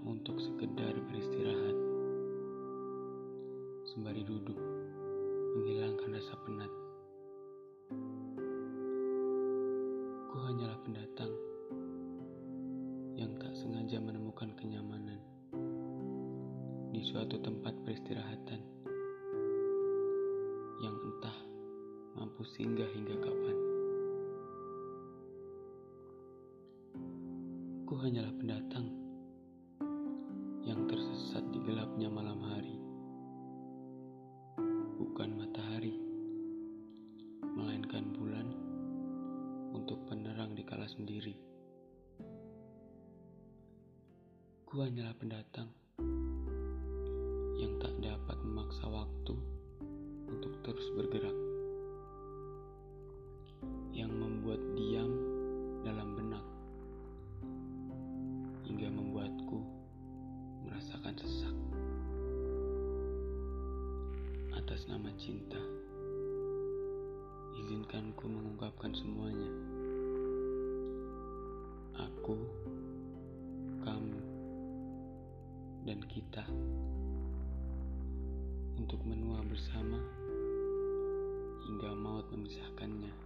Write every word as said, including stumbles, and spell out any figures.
untuk sekedar beristirahat, sembari duduk menghilangkan rasa penat. Ku hanyalah pendatang yang tak sengaja menemukan kenyamanan di suatu tempat peristirahatan yang entah mampu singgah hingga kapan. Ku hanyalah pendatang yang tersesat di gelapnya malam hari. Bukan matahari, melainkan bulan untuk penerang di kala sendiri. Ku hanyalah pendatang yang tak dapat memaksa waktu untuk terus bergerak, yang membuat diam dalam benak hingga membuatku merasakan sesak. Atas nama cinta, izinkan ku mengungkapkan semuanya. Aku, kamu, dan kita untuk menua bersama hingga maut memisahkannya.